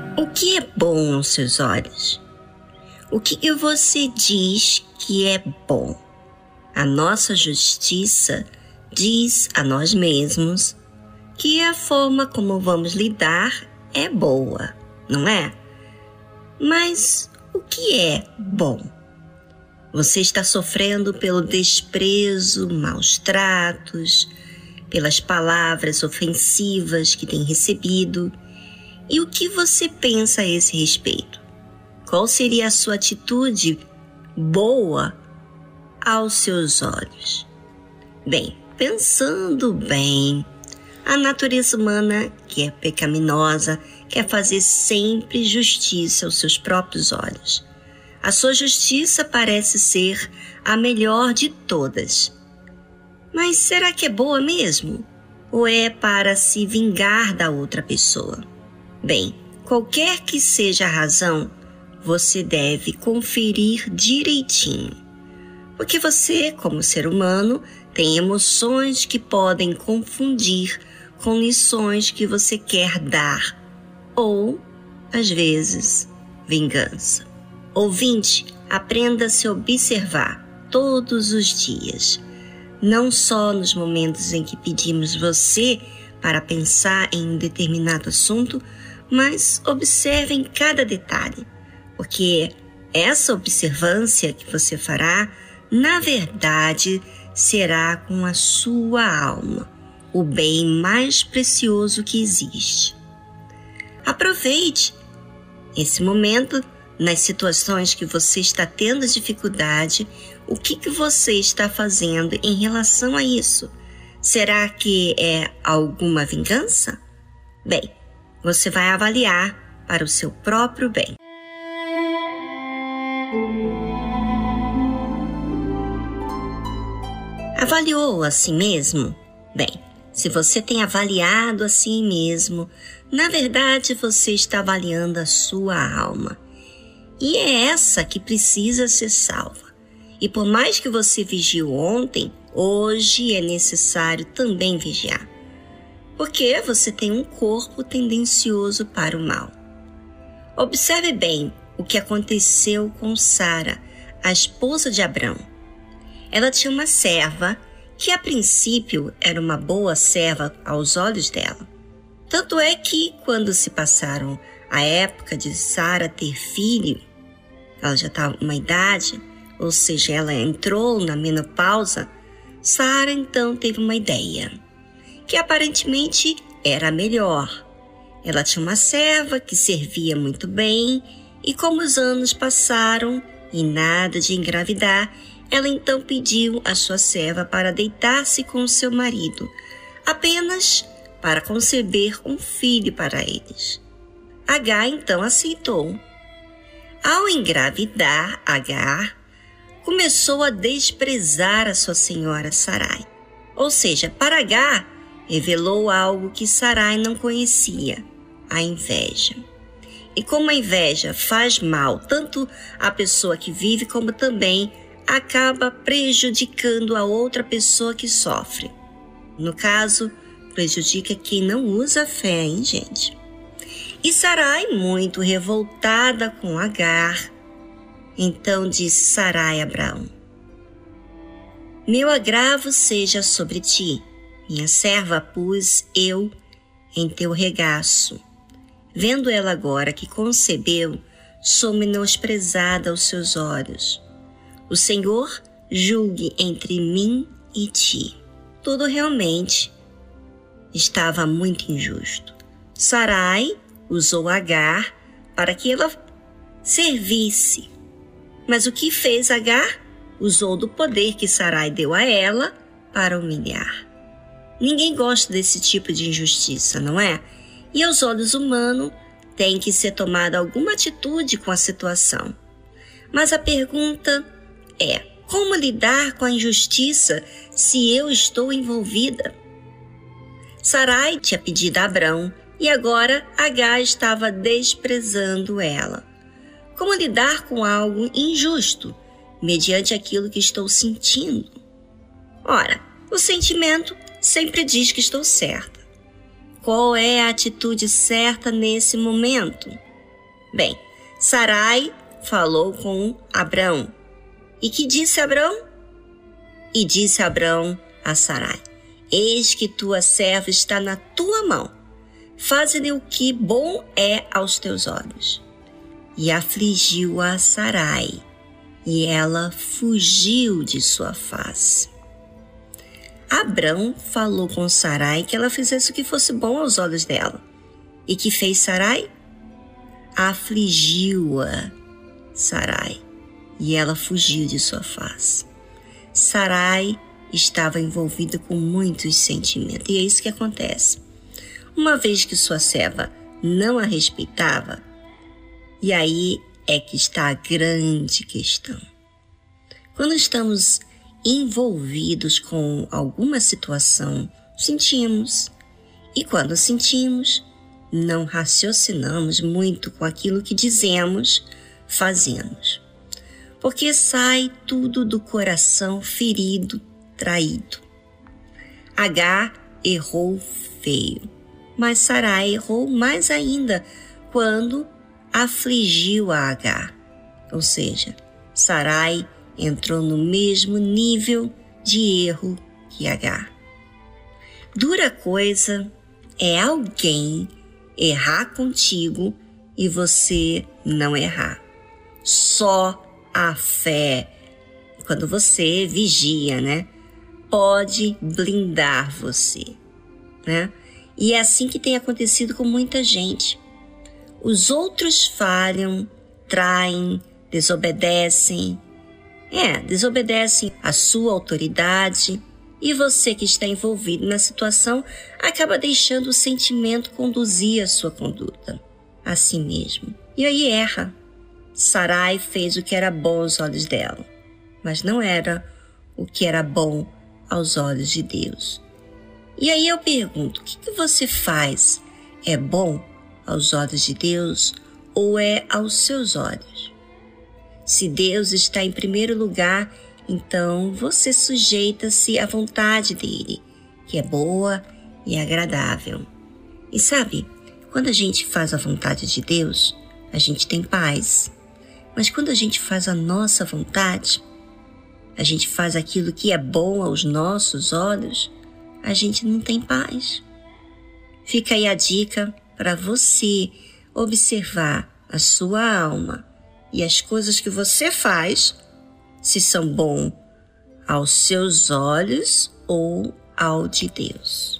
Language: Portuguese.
O que é bom aos seus olhos? O que você diz que é bom? A nossa justiça diz a nós mesmos que a forma como vamos lidar é boa, não é? Mas o que é bom? Você está sofrendo pelo desprezo, maus tratos, pelas palavras ofensivas que tem recebido. E o que você pensa a esse respeito? Qual seria a sua atitude boa aos seus olhos? Bem, pensando bem, a natureza humana, que é pecaminosa, quer fazer sempre justiça aos seus próprios olhos. A sua justiça parece ser a melhor de todas. Mas será que é boa mesmo? Ou é para se vingar da outra pessoa? Bem, qualquer que seja a razão, você deve conferir direitinho. Porque você, como ser humano, tem emoções que podem confundir com lições que você quer dar. Ou, às vezes, vingança. Ouvinte, aprenda a se observar todos os dias. Não só nos momentos em que pedimos você para pensar em um determinado assunto, mas observe em cada detalhe, porque essa observância que você fará, na verdade, será com a sua alma, o bem mais precioso que existe. Aproveite esse momento nas situações que você está tendo dificuldade. O que você está fazendo em relação a isso? Será que é alguma vingança? Bem, você vai avaliar para o seu próprio bem. Avaliou a si mesmo? Bem, se você tem avaliado a si mesmo, na verdade você está avaliando a sua alma. E é essa que precisa ser salva. E por mais que você vigiou ontem, hoje é necessário também vigiar. Porque você tem um corpo tendencioso para o mal. Observe bem o que aconteceu com Sara, a esposa de Abrão. Ela tinha uma serva que a princípio era uma boa serva aos olhos dela. Tanto é que quando se passaram a época de Sara ter filho, ela já estava uma idade, ou seja, ela entrou na menopausa, Sara então teve uma ideia, que aparentemente era a melhor. Ela tinha uma serva que servia muito bem, e como os anos passaram e nada de engravidar, ela então pediu a sua serva para deitar-se com seu marido, apenas para conceber um filho para eles. Agar então aceitou. Ao engravidar, Agar começou a desprezar a sua senhora Sarai. Ou seja, para Agar, revelou algo que Sarai não conhecia, a inveja. E como a inveja faz mal tanto à pessoa que vive, como também acaba prejudicando a outra pessoa que sofre. No caso, prejudica quem não usa fé, hein, gente? E Sarai, muito revoltada com Agar, então disse Sarai a Abraão: Meu agravo seja sobre ti, minha serva pus eu em teu regaço. Vendo ela agora que concebeu, sou menosprezada aos seus olhos. O Senhor julgue entre mim e ti. Tudo realmente estava muito injusto. Sarai usou Agar para que ela servisse. Mas o que fez Agar? Usou do poder que Sarai deu a ela para humilhar. Ninguém gosta desse tipo de injustiça, não é? E aos olhos humanos tem que ser tomada alguma atitude com a situação. Mas a pergunta é: como lidar com a injustiça se eu estou envolvida? Sarai tinha pedido a Abrão e agora Agar estava desprezando ela. Como lidar com algo injusto, mediante aquilo que estou sentindo? Ora, o sentimento sempre diz que estou certa. Qual é a atitude certa nesse momento? Bem, Sarai falou com Abrão. E que disse Abrão? E disse Abrão a Sarai: eis que tua serva está na tua mão. Faze-lhe o que bom é aos teus olhos. E afligiu a Sarai, e ela fugiu de sua face. Abrão falou com Sarai que ela fizesse o que fosse bom aos olhos dela. E que fez Sarai? Afligiu-a Sarai, e ela fugiu de sua face. Sarai estava envolvida com muitos sentimentos, e é isso que acontece. Uma vez que sua serva não a respeitava, e aí é que está a grande questão. Quando estamos envolvidos com alguma situação, sentimos. E quando sentimos, não raciocinamos muito com aquilo que dizemos, fazemos. Porque sai tudo do coração ferido, traído. Agar errou feio, mas Sarai errou mais ainda quando afligiu a Agar. Ou seja, Sarai entrou no mesmo nível de erro que Agar. Dura coisa é alguém errar contigo e você não errar. Só a fé, quando você vigia, né, pode blindar você, né? E é assim que tem acontecido com muita gente. Os outros falham, traem, desobedecem à sua autoridade, e você que está envolvido na situação acaba deixando o sentimento conduzir a sua conduta, a si mesmo. E aí erra. Sarai fez o que era bom aos olhos dela, mas não era o que era bom aos olhos de Deus. E aí eu pergunto, o que você faz é bom aos olhos de Deus ou é aos seus olhos? Se Deus está em primeiro lugar, então você sujeita-se à vontade dele, que é boa e agradável. E sabe, quando a gente faz a vontade de Deus, a gente tem paz. Mas quando a gente faz a nossa vontade, a gente faz aquilo que é bom aos nossos olhos, a gente não tem paz. Fica aí a dica para você observar a sua alma e as coisas que você faz, se são bom aos seus olhos ou ao de Deus.